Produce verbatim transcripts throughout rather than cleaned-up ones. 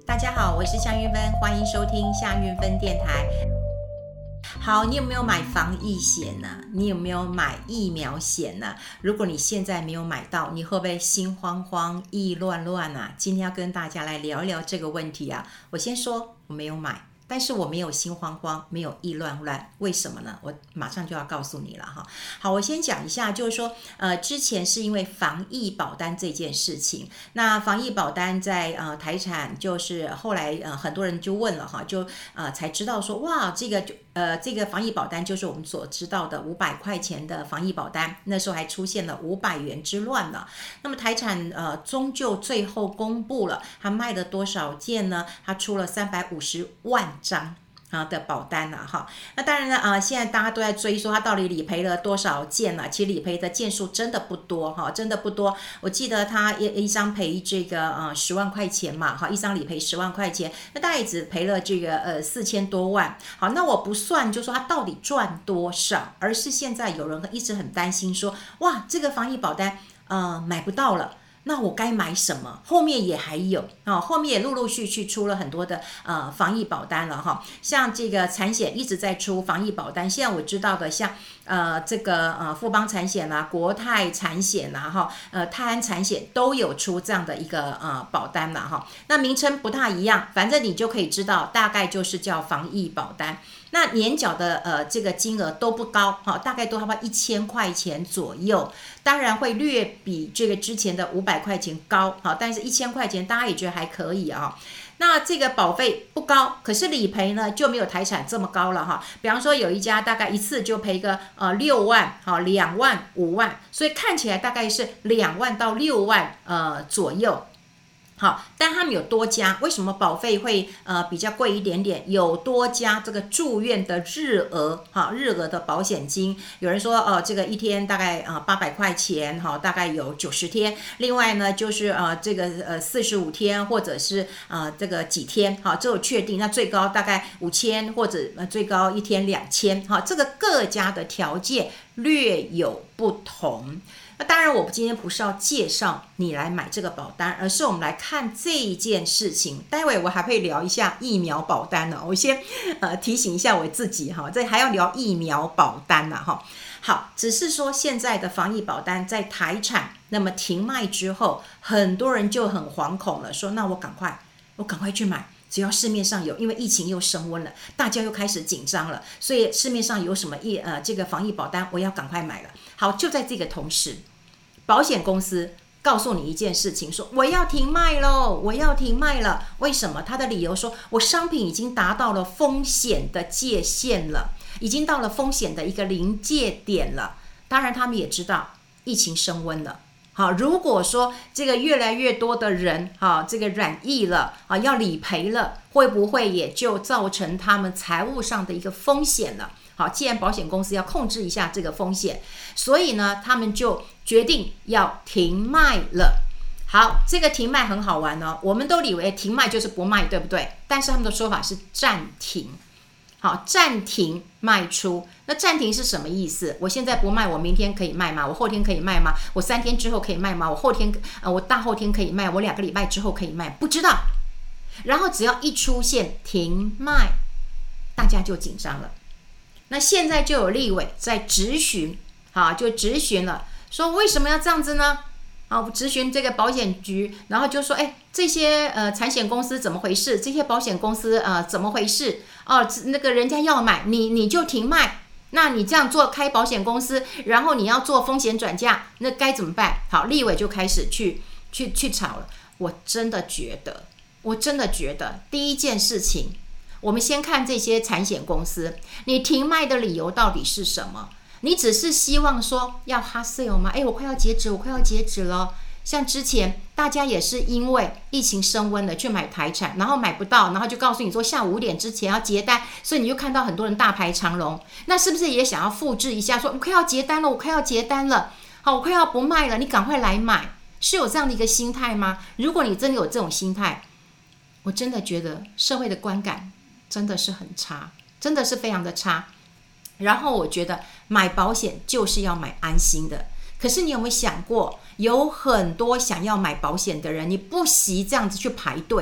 大家好，我是夏运芬，欢迎收听夏运芬电台。好，你有没有买防疫险呢、啊？你有没有买疫苗险呢、啊？如果你现在没有买到，你会不会心慌慌、意乱乱啊？今天要跟大家来聊一聊这个问题啊。我先说，我没有买。但是我没有心慌慌，没有意乱乱，为什么呢？我马上就要告诉你了哈。好，我先讲一下，就是说，呃，之前是因为防疫保单这件事情，那防疫保单在呃台产，就是后来呃很多人就问了哈，就呃才知道说，哇，这个就呃这个防疫保单就是我们所知道的五百块钱的防疫保单，那时候还出现了五百元之乱了。那么台产呃终究最后公布了，它卖了多少件呢？它出了三百五十万张啊的保单了、啊、哈，那当然呢啊，现在大家都在追说它到底理赔了多少件呢、啊？其实理赔的件数真的不多哈，真的不多。我记得它一一张赔这个呃十万块钱嘛，哈，一张理赔十万块钱，那大概也只赔了这个呃四千多万。好，那我不算就说它到底赚多少，而是现在有人一直很担心说，哇，这个防疫保单呃买不到了。那我该买什么？后面也还有啊、哦，后面也陆陆续续出了很多的呃防疫保单了哈，像这个产险一直在出防疫保单。现在我知道的，像呃这个呃富邦产险啦、国泰产险啦哈，呃泰安产险都有出这样的一个呃保单啦哈。那名称不太一样，反正你就可以知道，大概就是叫防疫保单。那年缴的呃这个金额都不高哈，大概都差不多一千块钱左右，当然会略比这个之前的五百块钱高哈，但是一千块钱大家也觉得还可以啊。那这个保费不高，可是理赔呢就没有台产这么高了哈。比方说有一家大概一次就赔个呃六万，好两万五万，所以看起来大概是两万到六万呃左右。好，但他们有多家，为什么保费会呃比较贵一点点？有多家这个住院的日额，哈，日额的保险金，有人说呃这个一天大概啊八百块钱，哈，大概有九十天。另外呢就是呃这个呃四十五天或者是呃这个几天，哈，这有确定。那最高大概五千或者呃最高一天两千，哈，这个各家的条件略有不同。那当然，我今天不是要介绍你来买这个保单，而是我们来看这一件事情。待会我还会聊一下疫苗保单呢。我先呃提醒一下我自己哈，这还要聊疫苗保单呢哈。好，只是说现在的防疫保单在台产那么停卖之后，很多人就很惶恐了，说那我赶快，我赶快去买。只要市面上有，因为疫情又升温了，大家又开始紧张了，所以市面上有什么疫呃这个防疫保单，我要赶快买了。好，就在这个同时，保险公司告诉你一件事情，说我要停卖喽，我要停卖了。为什么？他的理由说，我商品已经达到了风险的界限了，已经到了风险的一个临界点了。当然，他们也知道疫情升温了。好，如果说这个越来越多的人啊，这个染疫了啊，要理赔了，会不会也就造成他们财务上的一个风险了？好，既然保险公司要控制一下这个风险，所以呢，他们就决定要停卖了。好，这个停卖很好玩哦，我们都以为停卖就是不卖，对不对？但是他们的说法是暂停。好，暂停卖出。那暂停是什么意思？我现在不卖，我明天可以卖吗？我后天可以卖吗？我三天之后可以卖吗？我后天呃，我大后天可以卖？我两个礼拜之后可以卖？不知道。然后只要一出现停卖，大家就紧张了。那现在就有立委在质询，好，就质询了，说为什么要这样子呢？好，质询这个保险局，然后就说，哎，这些呃产险公司怎么回事？这些保险公司呃怎么回事？哦，那个人家要买，你你就停卖，那你这样做开保险公司，然后你要做风险转嫁，那该怎么办？好，立委就开始去去去吵了。我真的觉得，我真的觉得，第一件事情，我们先看这些产险公司，你停卖的理由到底是什么？你只是希望说要 hot sale 吗？哎，我快要截止，我快要截止了。像之前大家也是因为疫情升温了去买台产，然后买不到，然后就告诉你说下午五点之前要结单，所以你就看到很多人大排长龙。那是不是也想要复制一下，说我快要结单了，我快要结单了，好，我快要不卖了，你赶快来买，是有这样的一个心态吗？如果你真的有这种心态，我真的觉得社会的观感真的是很差，真的是非常的差。然后我觉得买保险就是要买安心的，可是你有没有想过，有很多想要买保险的人，你不惜这样子去排队，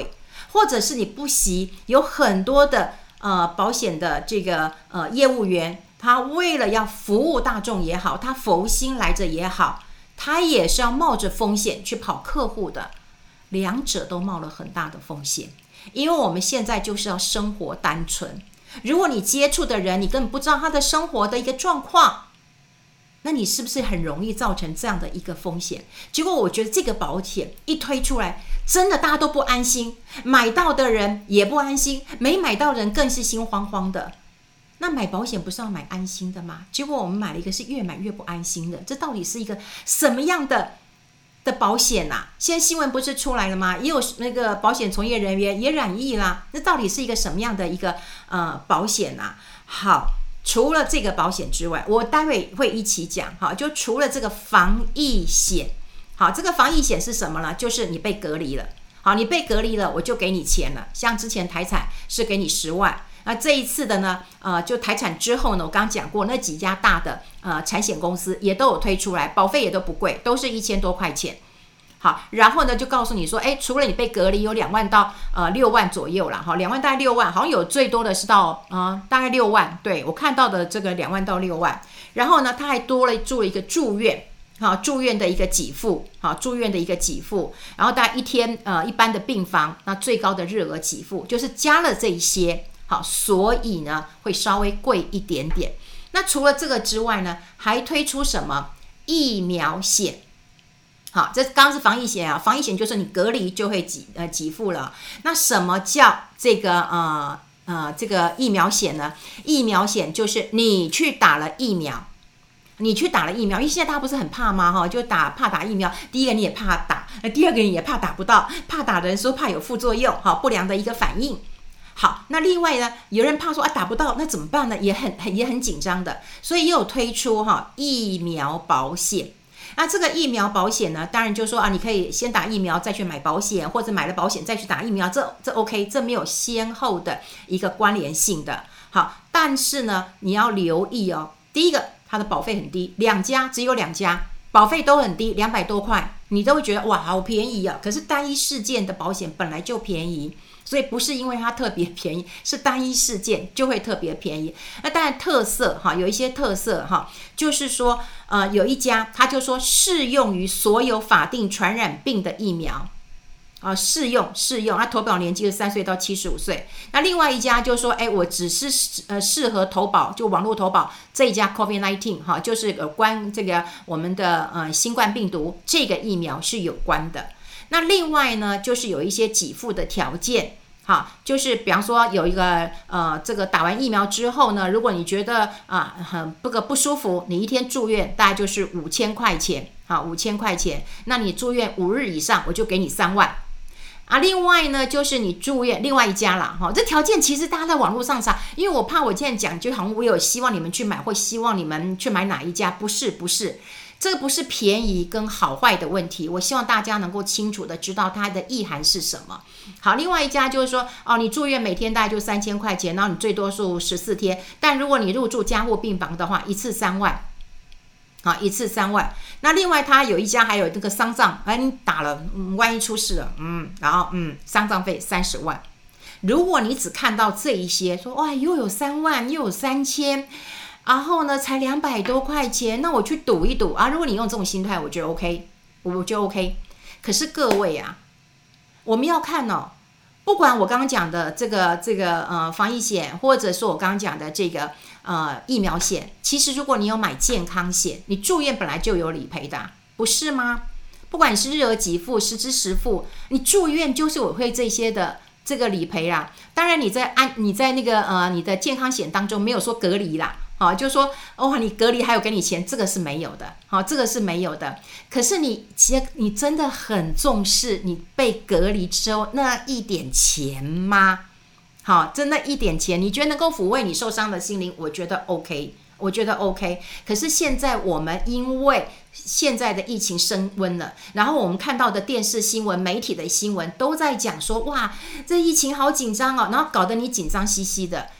或者是你不惜有很多的呃保险的这个呃业务员，他为了要服务大众也好，他佛心来着也好，他也是要冒着风险去跑客户的，两者都冒了很大的风险。因为我们现在就是要生活单纯，如果你接触的人你根本不知道他的生活的一个状况，那你是不是很容易造成这样的一个风险？结果我觉得这个保险一推出来，真的大家都不安心，买到的人也不安心，没买到的人更是心慌慌的。那买保险不是要买安心的吗？结果我们买了一个是越买越不安心的，这到底是一个什么样的的保险啊？现在新闻不是出来了吗？也有那个保险从业人员也染疫啦，那到底是一个什么样的一个呃保险啊？好，除了这个保险之外，我待会会一起讲哈，就除了这个防疫险，好，这个防疫险是什么呢？就是你被隔离了，好，你被隔离了，我就给你钱了。像之前台产是给你十万。那这一次的呢，呃，就台产之后呢，我刚刚讲过，那几家大的呃产险公司也都有推出来，保费也都不贵，都是一千多块钱。好，然后呢就告诉你说，哎，除了你被隔离有两万到呃六万左右啦，哈，两万大概六万，好像有最多的是到呃大概六万，对我看到的这个两万到六万。然后呢，他还多了做一个住院。好，住院的一个给付，好，住院的一个给付，然后大概一天呃一般的病房，那最高的日额给付，就是加了这一些。好，所以呢会稍微贵一点点。那除了这个之外呢，还推出什么疫苗险？好，这刚刚是防疫险啊，防疫险就是你隔离就会给呃给付了。那什么叫这个呃呃这个疫苗险呢？疫苗险就是你去打了疫苗。你去打了疫苗，因为现在大家不是很怕吗？哈，就打怕打疫苗。第一个你也怕打，第二个你也怕打不到，怕打的人说怕有副作用，哈，不良的一个反应。好，那另外呢，有人怕说啊打不到，那怎么办呢？也很很也很紧张的，所以也有推出哈疫苗保险。那这个疫苗保险呢，当然就说啊，你可以先打疫苗再去买保险，或者买了保险再去打疫苗，这这 OK， 这没有先后的一个关联性的。好，但是呢，你要留意哦，第一个。它的保费很低，两家只有两家保费都很低，两百多块，你都会觉得哇好便宜啊！可是单一事件的保险本来就便宜，所以不是因为它特别便宜，是单一事件就会特别便宜。那当然特色哈，有一些特色哈，就是说呃有一家他就说适用于所有法定传染病的疫苗。啊，适用适用，那投保年纪是三岁到七十五岁。那另外一家就说，哎，我只是呃适合投保，就网络投保这一家 COVID 十九 哈，就是有关这个我们的呃新冠病毒这个疫苗是有关的。那另外呢，就是有一些给付的条件，好，就是比方说有一个呃这个打完疫苗之后呢，如果你觉得啊很不个不舒服，你一天住院大概就是五千块钱，好，五千块钱，那你住院五日以上，我就给你三万。啊，另外呢，就是你住院，另外一家啦，哈，这条件其实大家在网络上查，因为我怕我现在讲，就好像我有希望你们去买，或希望你们去买哪一家，不是，不是，这个不是便宜跟好坏的问题，我希望大家能够清楚的知道它的意涵是什么。好，另外一家就是说，哦，你住院每天大概就三千块钱，然后你最多住十四天，但如果你入住加护病房的话，一次三万。好，一次三万。那另外他有一家还有这个丧葬，哎，你打了，嗯，万一出事了，嗯，然后嗯，丧葬费三十万。如果你只看到这一些，说哇，又有三万，又有三千，然后呢才两百多块钱，那我去赌一赌啊。如果你用这种心态，我觉得 OK， 我觉得 OK。可是各位啊，我们要看哦，不管我刚刚讲的这个这个呃防疫险，或者说我刚刚讲的这个。呃，疫苗险，其实如果你有买健康险，你住院本来就有理赔的，不是吗？不管你是日额给付、实支实付，你住院就是我会这些的这个理赔啦。当然你在安你在那个呃你的健康险当中没有说隔离啦，好，就是说哦你隔离还有给你钱，这个是没有的，好，这个是没有的。可是你其实你真的很重视你被隔离之后那一点钱吗？好，真的一点钱，你觉得能够抚慰你受伤的心灵，我觉得 OK， 我觉得 OK。可是现在我们因为现在的疫情升温了，然后我们看到的电视新闻、媒体的新闻都在讲说，哇，这疫情好紧张哦，然后搞得你紧张兮兮的。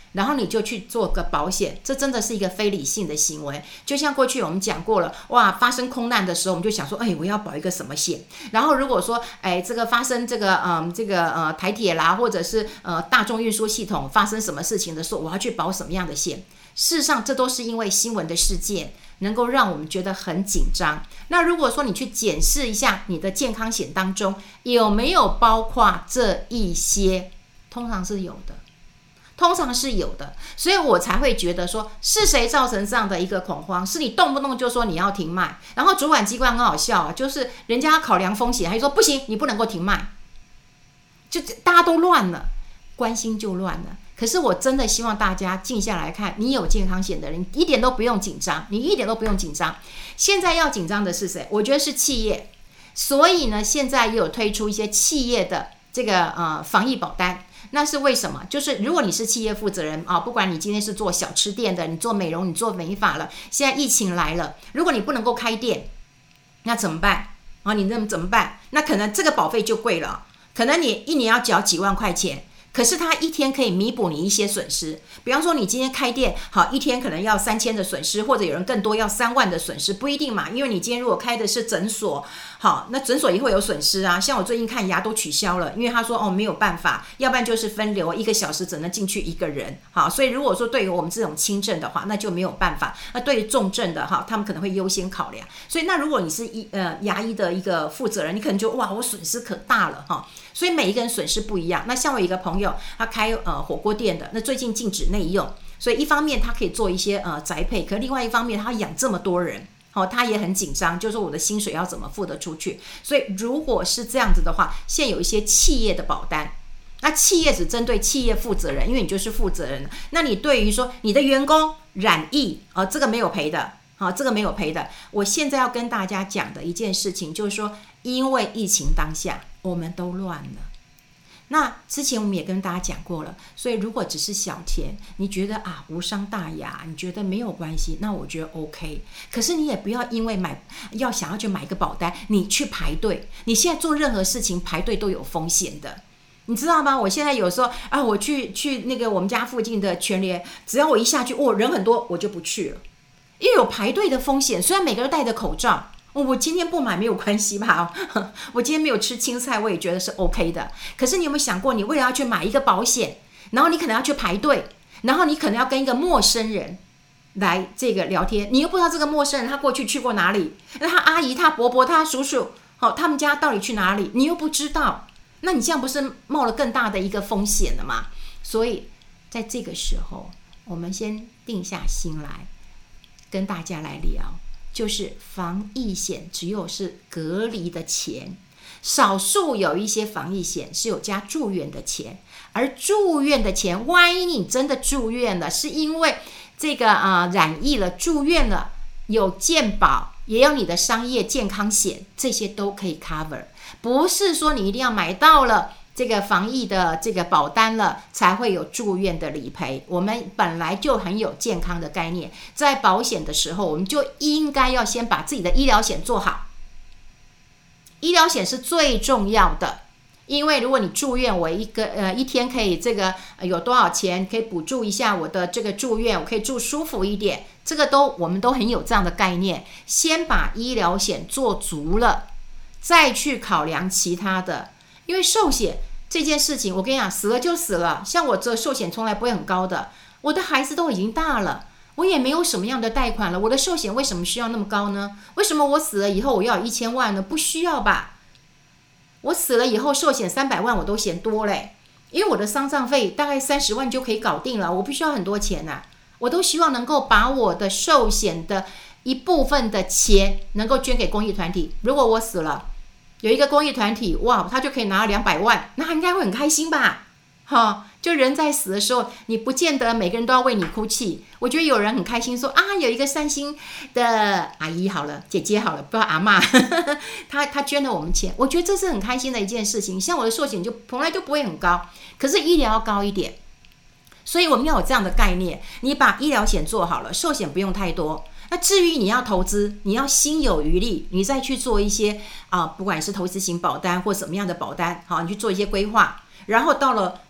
然后你就去做个保险，这真的是一个非理性的行为。就像过去我们讲过了，哇，发生空难的时候，我们就想说，哎，我要保一个什么险？然后如果说，哎，这个发生这个，嗯，这个呃台铁啦，或者是呃大众运输系统发生什么事情的时候，我要去保什么样的险？事实上，这都是因为新闻的事件能够让我们觉得很紧张。那如果说你去检视一下你的健康险当中有没有包括这一些，通常是有的。通常是有的，所以我才会觉得说，是谁造成这样的一个恐慌？是你动不动就说你要停卖，然后主管机关很好笑啊，就是人家考量风险，还说不行，你不能够停卖，就大家都乱了，关心就乱了。可是我真的希望大家静下来看，你有健康险的人一点都不用紧张，你一点都不用紧张。现在要紧张的是谁？我觉得是企业。所以呢，现在也有推出一些企业的这个呃防疫保单。那是为什么？就是如果你是企业负责人啊，不管你今天是做小吃店的，你做美容，你做美发了，现在疫情来了，如果你不能够开店，那怎么办啊？你那怎么办？那可能这个保费就贵了，可能你一年要缴几万块钱。可是它一天可以弥补你一些损失，比方说你今天开店，好，一天可能要三千的损失，或者有人更多要三万的损失，不一定嘛，因为你今天如果开的是诊所，好，那诊所也会有损失啊。像我最近看牙都取消了，因为他说哦没有办法，要不然就是分流，一个小时只能进去一个人，好，所以如果说对于我们这种轻症的话，那就没有办法。那对于重症的哈，他们可能会优先考量。所以那如果你是医呃牙医的一个负责人，你可能就哇我损失可大了哈。所以每一个人损失不一样。那像我一个朋友，他开呃火锅店的，那最近禁止内用，所以一方面他可以做一些呃宅配，可另外一方面他养这么多人，好、哦，他也很紧张，就是我的薪水要怎么付得出去。所以如果是这样子的话，现在有一些企业的保单，那企业只针对企业负责人，因为你就是负责人。那你对于说你的员工染疫，呃，这个没有赔的。好，这个没有赔的。我现在要跟大家讲的一件事情，就是说，因为疫情当下，我们都乱了。那之前我们也跟大家讲过了，所以如果只是小钱，你觉得啊无伤大雅，你觉得没有关系，那我觉得 OK。可是你也不要因为买要想要去买一个保单，你去排队。你现在做任何事情排队都有风险的。你知道吗？我现在有时候啊，我去去那个我们家附近的全联，只要我一下去，哦，人很多，我就不去了。因为有排队的风险，虽然每个人戴着口罩，哦，我今天不买没有关系吧？我今天没有吃青菜，我也觉得是 OK 的。可是你有没有想过，你为了要去买一个保险，然后你可能要去排队，然后你可能要跟一个陌生人来这个聊天，你又不知道这个陌生人他过去去过哪里，那他阿姨、他伯伯、他叔叔，好、哦，他们家到底去哪里，你又不知道，那你这样不是冒了更大的一个风险了吗？所以在这个时候，我们先定下心来。跟大家来聊，就是防疫险只有是隔离的钱，少数有一些防疫险是有加住院的钱，而住院的钱，万一你真的住院了，是因为这个啊、呃、染疫了住院了，有健保，也有你的商业健康险，这些都可以 cover， 不是说你一定要买到了这个防疫的这个保单了才会有住院的理赔。我们本来就很有健康的概念，在保险的时候我们就应该要先把自己的医疗险做好。医疗险是最重要的，因为如果你住院，我一个呃一天可以这个、呃、有多少钱可以补助一下我的这个住院，我可以住舒服一点，这个都我们都很有这样的概念。先把医疗险做足了，再去考量其他的。因为寿险这件事情，我跟你讲，死了就死了。像我这寿险从来不会很高的，我的孩子都已经大了，我也没有什么样的贷款了，我的寿险为什么需要那么高呢？为什么我死了以后我要有一千万呢？不需要吧？我死了以后寿险三百万我都嫌多嘞，因为我的丧葬费大概三十万就可以搞定了，我不需要很多钱啊。我都希望能够把我的寿险的一部分的钱能够捐给公益团体。如果我死了，有一个公益团体，哇，他就可以拿两百万，那他应该会很开心吧？哈，就人在死的时候，你不见得每个人都要为你哭泣。我觉得有人很开心说啊，有一个善心的阿姨好了，姐姐好了，不要阿嬷，她她捐了我们钱，我觉得这是很开心的一件事情。像我的寿险就从来就不会很高，可是医疗要高一点，所以我们要有这样的概念。你把医疗险做好了，寿险不用太多。那至于你要投资，你要心有余力，你再去做一些啊，不管是投资型保单或什么样的保单，好，你去做一些规划。然后到了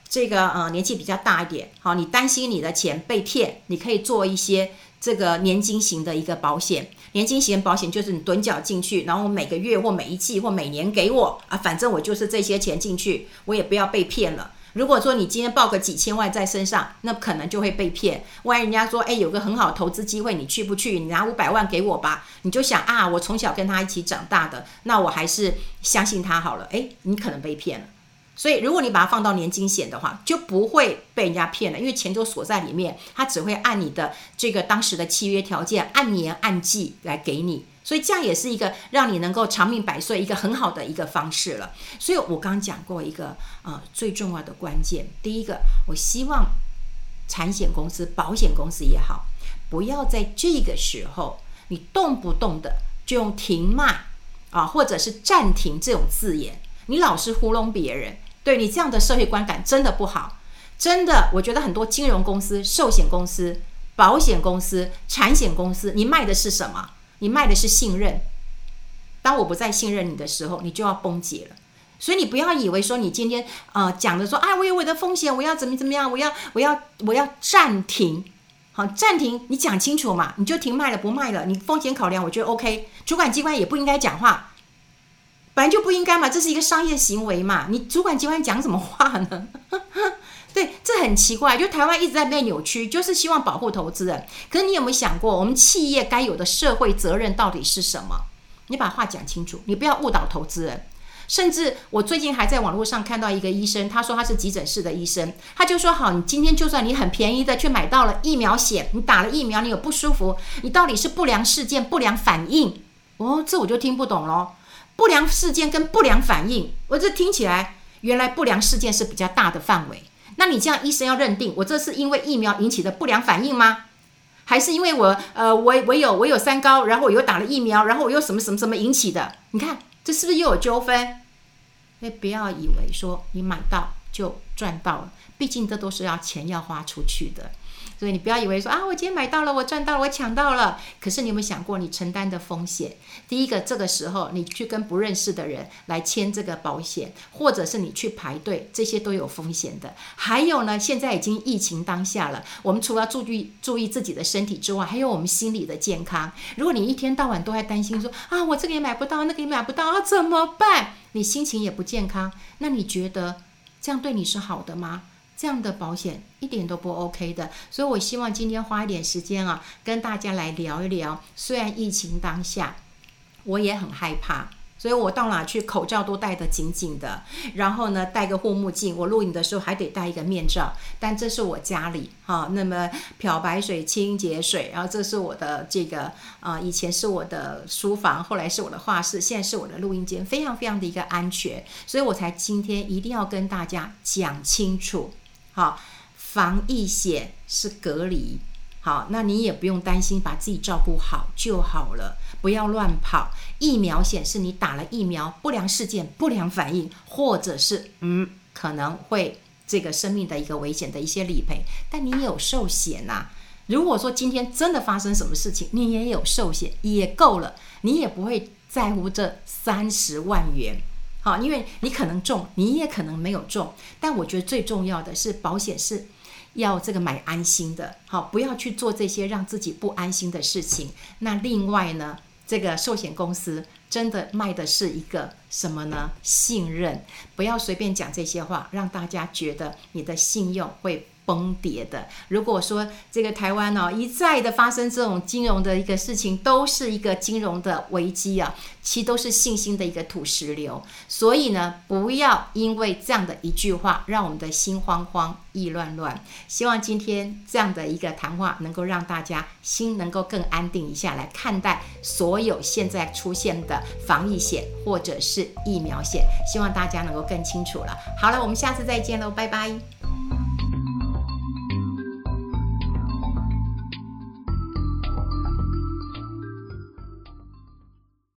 这个呃年纪比较大一点，好，你担心你的钱被骗，你可以做一些这个年金型的一个保险。年金型保险就是你趸缴进去，然后每个月或每一季或每年给我啊，反正我就是这些钱进去，我也不要被骗了。如果说你今天报个几千万在身上，那可能就会被骗。万一人家说，哎，有个很好的投资机会，你去不去？你拿五百万给我吧，你就想啊，我从小跟他一起长大的，那我还是相信他好了。哎，你可能被骗了。所以如果你把它放到年金险的话，就不会被人家骗了，因为钱都锁在里面，它只会按你的这个当时的契约条件，按年按季来给你。所以这样也是一个让你能够长命百岁一个很好的一个方式了。所以我刚刚讲过一个呃最重要的关键，第一个，我希望产险公司、保险公司也好，不要在这个时候你动不动的就用停卖啊，或者是暂停这种字眼，你老是糊弄别人，对你这样的社会观感真的不好。真的，我觉得很多金融公司、寿险公司、保险公司、产险公司，你卖的是什么？你卖的是信任。当我不再信任你的时候，你就要崩解了。所以你不要以为说你今天呃讲的说，啊，我有我的风险，我要怎么怎么样，我要我要我要暂停。好，暂停，你讲清楚嘛，你就停卖了不卖了，你风险考量我觉得 OK， 主管机关也不应该讲话，本来就不应该嘛，这是一个商业行为嘛，你主管机关讲什么话呢？对，这很奇怪，就台湾一直在被扭曲，就是希望保护投资人。可是你有没有想过，我们企业该有的社会责任到底是什么？你把话讲清楚，你不要误导投资人。甚至我最近还在网络上看到一个医生，他说他是急诊室的医生，他就说好，你今天就算你很便宜的去买到了疫苗险，你打了疫苗，你有不舒服，你到底是不良事件、不良反应？哦，这我就听不懂咯。不良事件跟不良反应，我这听起来原来不良事件是比较大的范围。那你这样医生要认定我这是因为疫苗引起的不良反应吗？还是因为我呃我我有我有三高，然后我又打了疫苗，然后我又什么什么什么引起的？你看这是不是又有纠纷？所以不要以为说你买到就赚到了，毕竟这都是要钱要花出去的。所以你不要以为说啊，我今天买到了，我赚到了，我抢到了。可是你有没有想过你承担的风险？第一个，这个时候你去跟不认识的人来签这个保险，或者是你去排队，这些都有风险的。还有呢，现在已经疫情当下了，我们除了注意注意自己的身体之外，还有我们心理的健康。如果你一天到晚都在担心说啊，我这个也买不到，那个也买不到啊，怎么办？你心情也不健康，那你觉得这样对你是好的吗？这样的保险一点都不 OK 的。所以我希望今天花一点时间啊，跟大家来聊一聊。虽然疫情当下我也很害怕，所以我到哪去口罩都戴得紧紧的，然后呢戴个护目镜，我录影的时候还得戴一个面罩。但这是我家里哈、啊，那么漂白水、清洁水，然后这是我的这个呃，以前是我的书房，后来是我的画室，现在是我的录音间，非常非常的一个安全，所以我才今天一定要跟大家讲清楚。好，防疫险是隔离，好，那你也不用担心，把自己照顾好就好了，不要乱跑。疫苗险是你打了疫苗，不良事件、不良反应，或者是嗯可能会这个生命的一个危险的一些理赔，但你也有寿险呐、啊。如果说今天真的发生什么事情，你也有寿险，也够了，你也不会在乎这三十万元。好，因为你可能中，你也可能没有中，但我觉得最重要的是保险是要这个买安心的，好，不要去做这些让自己不安心的事情。那另外呢，这个寿险公司真的卖的是一个什么呢？信任，不要随便讲这些话，让大家觉得你的信用会崩跌的。如果说这个台湾哦一再的发生这种金融的一个事情，都是一个金融的危机啊，其实都是信心的一个土石流。所以呢，不要因为这样的一句话，让我们的心慌慌、意乱乱。希望今天这样的一个谈话，能够让大家心能够更安定一下，来看待所有现在出现的防疫险或者是疫苗险。希望大家能够更清楚了。好了，我们下次再见喽，拜拜。